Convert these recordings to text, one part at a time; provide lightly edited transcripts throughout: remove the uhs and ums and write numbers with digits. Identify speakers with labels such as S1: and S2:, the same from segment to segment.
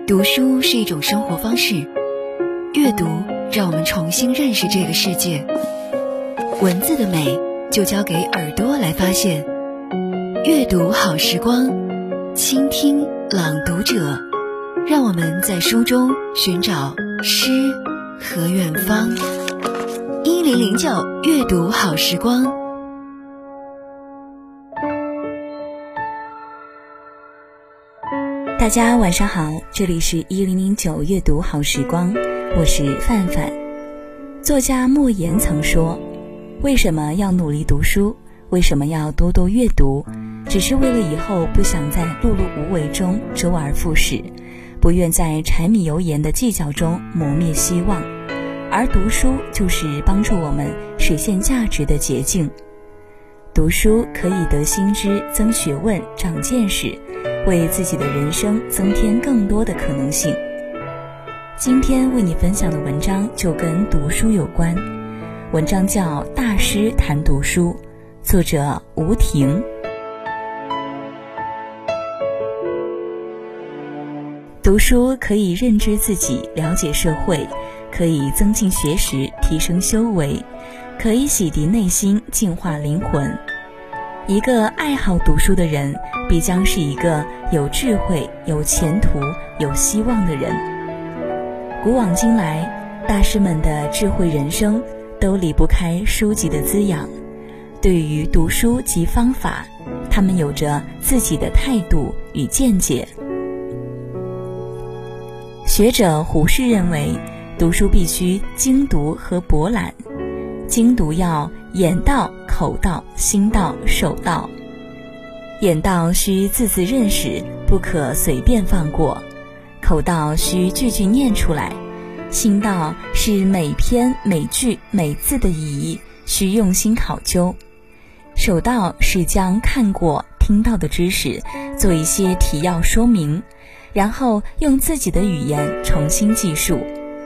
S1: 读书是一种生活方式，阅读让我们重新认识这个世界。文字的美就交给耳朵来发现。阅读好时光，倾听朗读者，让我们在书中寻找诗和远方。1009阅读好时光。
S2: 大家晚上好，这里是1009阅读好时光，我是范范。作家莫言曾说，为什么要努力读书，为什么要多多阅读，只是为了以后不想在碌碌无为中周而复始，不愿在柴米油盐的计较中磨灭希望，而读书就是帮助我们实现价值的捷径。读书可以得新知，增学问，长见识，为自己的人生增添更多的可能性。今天为你分享的文章就跟读书有关，文章叫《大师谈读书》，作者吴婷。读书可以认知自己，了解社会，可以增进学识，提升修为，可以洗涤内心，净化灵魂。一个爱好读书的人，必将是一个有智慧、有前途、有希望的人。古往今来，大师们的智慧人生都离不开书籍的滋养。对于读书及方法，他们有着自己的态度与见解。学者胡适认为，读书必须精读和博览。精读要眼到、口到、心到、手到。眼到需字字认识，不可随便放过；口到需句句念出来；心到是每篇每句每字的意义，需用心考究；手到是将看过听到的知识做一些提要说明，然后用自己的语言重新记述。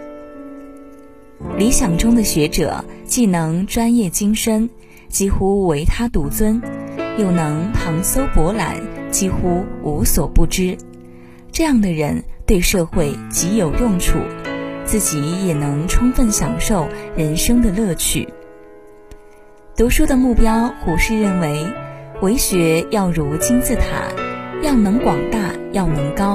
S2: 理想中的学者既能专业精深，几乎唯他独尊，又能旁搜博览，几乎无所不知。这样的人对社会极有用处，自己也能充分享受人生的乐趣。读书的目标，胡适认为，为学要如金字塔，要能广大，要能高。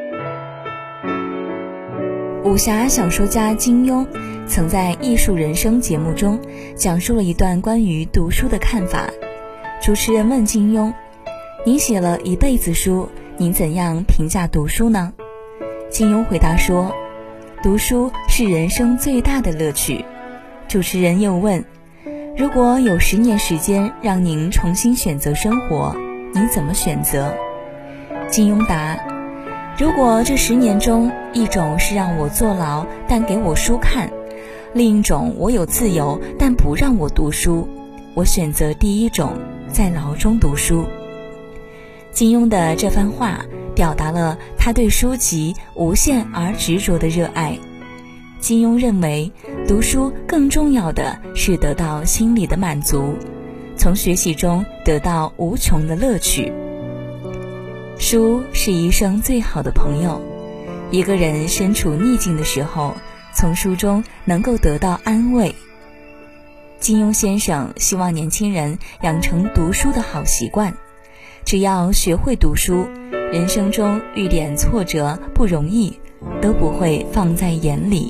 S2: 武侠小说家金庸曾在《艺术人生》节目中讲述了一段关于读书的看法。主持人问金庸，您写了一辈子书，您怎样评价读书呢？金庸回答说，读书是人生最大的乐趣。主持人又问，如果有10年时间让您重新选择生活，您怎么选择？金庸答，如果这10年中，一种是让我坐牢但给我书看，另一种我有自由但不让我读书，我选择第一种，在牢中读书。金庸的这番话表达了他对书籍无限而执着的热爱。金庸认为，读书更重要的是得到心理的满足，从学习中得到无穷的乐趣。书是一生最好的朋友，一个人身处逆境的时候，从书中能够得到安慰。金庸先生希望年轻人养成读书的好习惯，只要学会读书，人生中遇点挫折不容易，都不会放在眼里。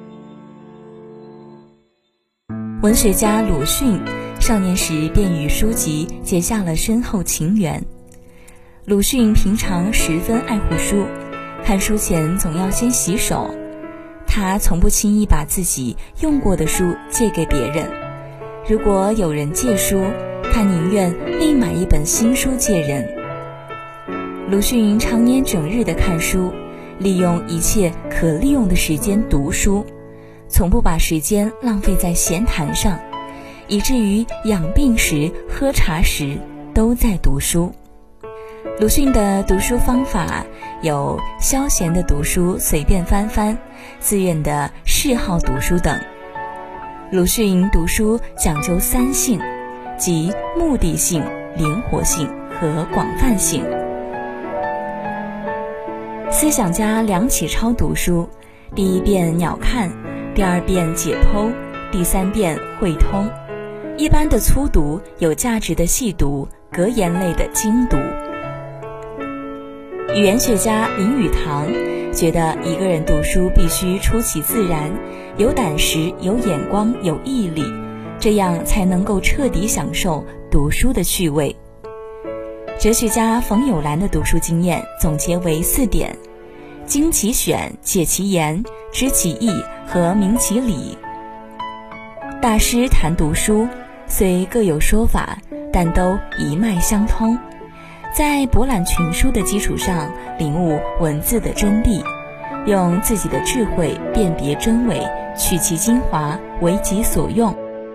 S2: 文学家鲁迅少年时便与书籍结下了深厚情缘。鲁迅平常十分爱护书，看书前总要先洗手。他从不轻易把自己用过的书借给别人，如果有人借书，他宁愿另买一本新书借人。鲁迅常年整日地看书，利用一切可利用的时间读书，从不把时间浪费在闲谈上，以至于养病时、喝茶时都在读书。鲁迅的读书方法有消闲的读书随便翻翻，自愿的嗜好读书等。鲁迅读书讲究3性，即目的性、灵活性和广泛性。 思想家梁启超读书，第一遍鸟看，第二遍解剖，第三遍会通。一般的粗读，有价值的细读，格言类的精读。语言学家林语堂觉得，一个人读书必须出其自然，有胆识，有眼光，有毅力，这样才能够彻底享受读书的趣味。哲学家冯友兰的读书经验总结为4点：经其选，解其言，知其意和明其理。大师谈读书，虽各有说法，但都一脉相通，在博览群书的基础上领悟文字的真谛，用自己的智慧辨别真伪，取其精华，为己所用。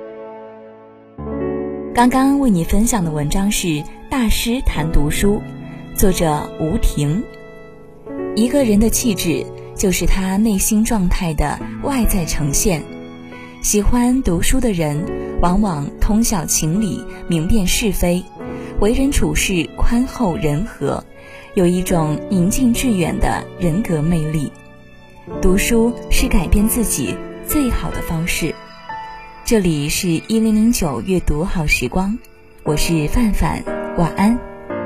S2: 刚刚为你分享的文章是《大师谈读书》，作者吴婷。一个人的气质就是他内心状态的外在呈现。喜欢读书的人往往通晓情理，明辨是非，为人处事宽厚仁和，有一种宁静致远的人格魅力。读书是改变自己最好的方式。这里是1009阅读好时光，我是范范，晚安。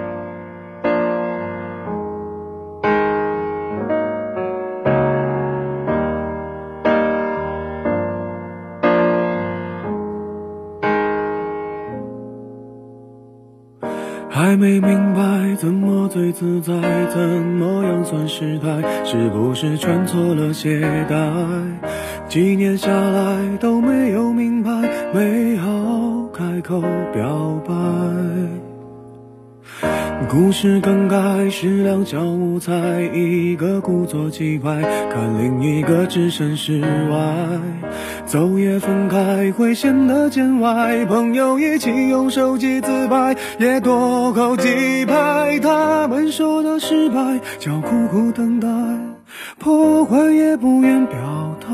S3: 还没明白怎么最自在，怎么样算失态，是不是穿错了鞋带？几年下来都没有明白，没好开口表白。故事更改是两小无猜，一个故作气派，看另一个置身事外。走也分开会显得见外，朋友一起用手机自拍，也多扣几拍。他们说的失败叫苦苦等待，破坏也不愿表态。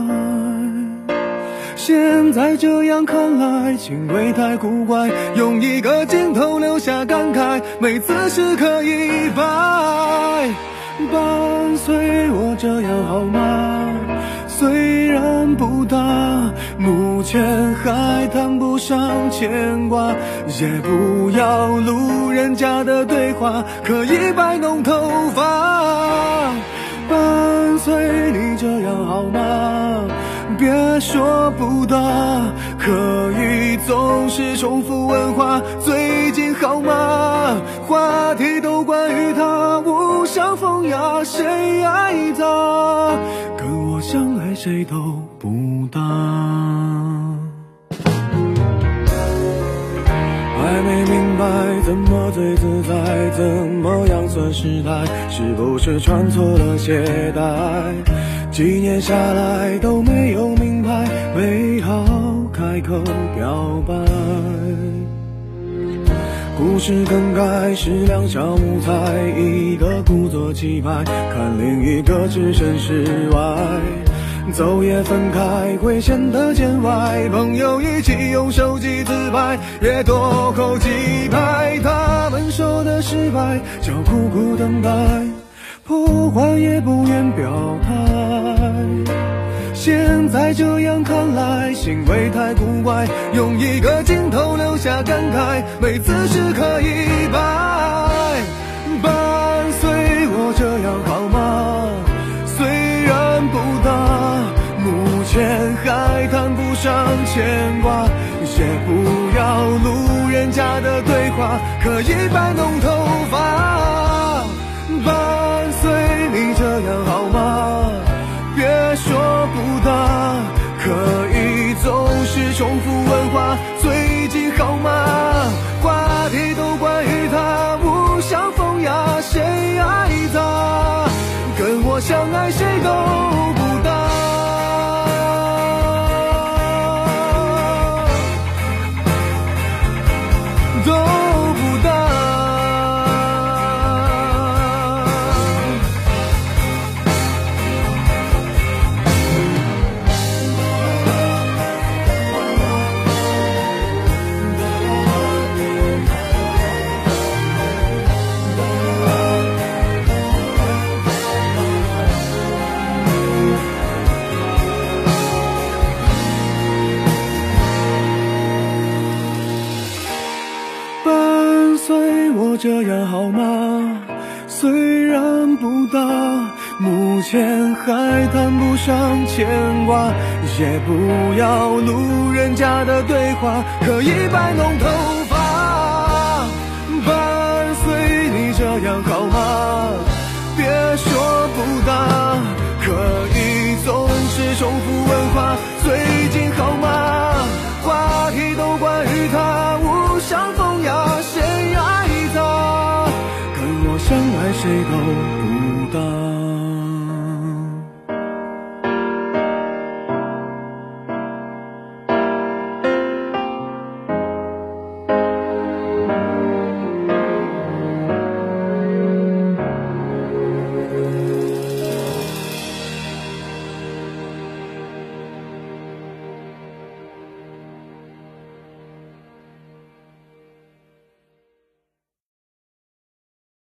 S3: 现在这样看来，行为太古怪，用一个镜头留下感慨，每次时刻一摆。伴随我这样好吗？虽然不大，目前还谈不上牵挂，也不要路人甲的对话，可以摆弄头发。伴随你这样好吗？别说不大，可以总是重复问话，最近好吗？话题都关于他，无伤风雅，谁爱他？跟我相爱谁都不搭。还没明白怎么最自在，怎么样算失态，是不是穿错了鞋带？几年下来都没有明白，没好开口表白。故事更改是两小无猜，一个故作气派，看另一个置身事外。走也分开会显得见外，朋友一起用手机自拍，也多扣几拍。他们说的失败叫苦苦等待，破坏也不愿表态。现在这样看来，行为太古怪，用一个镜头留下感慨，每次时刻一摆。伴随我这样好吗？虽然不大，目前还谈不上牵挂，也不要路人甲的对话，可以摆弄头发。伴随你这样好吗？别说不大，可以总是重复问话，最近好吗？话题都关于他，无伤风雅，谁爱他？跟我相爱谁都不搭。都不搭。 的号码虽然不大，目前还谈不上牵挂，也不要路人甲的对话，可以摆弄头发，伴随你这样好吗？别说不大，可以总是重复问话，最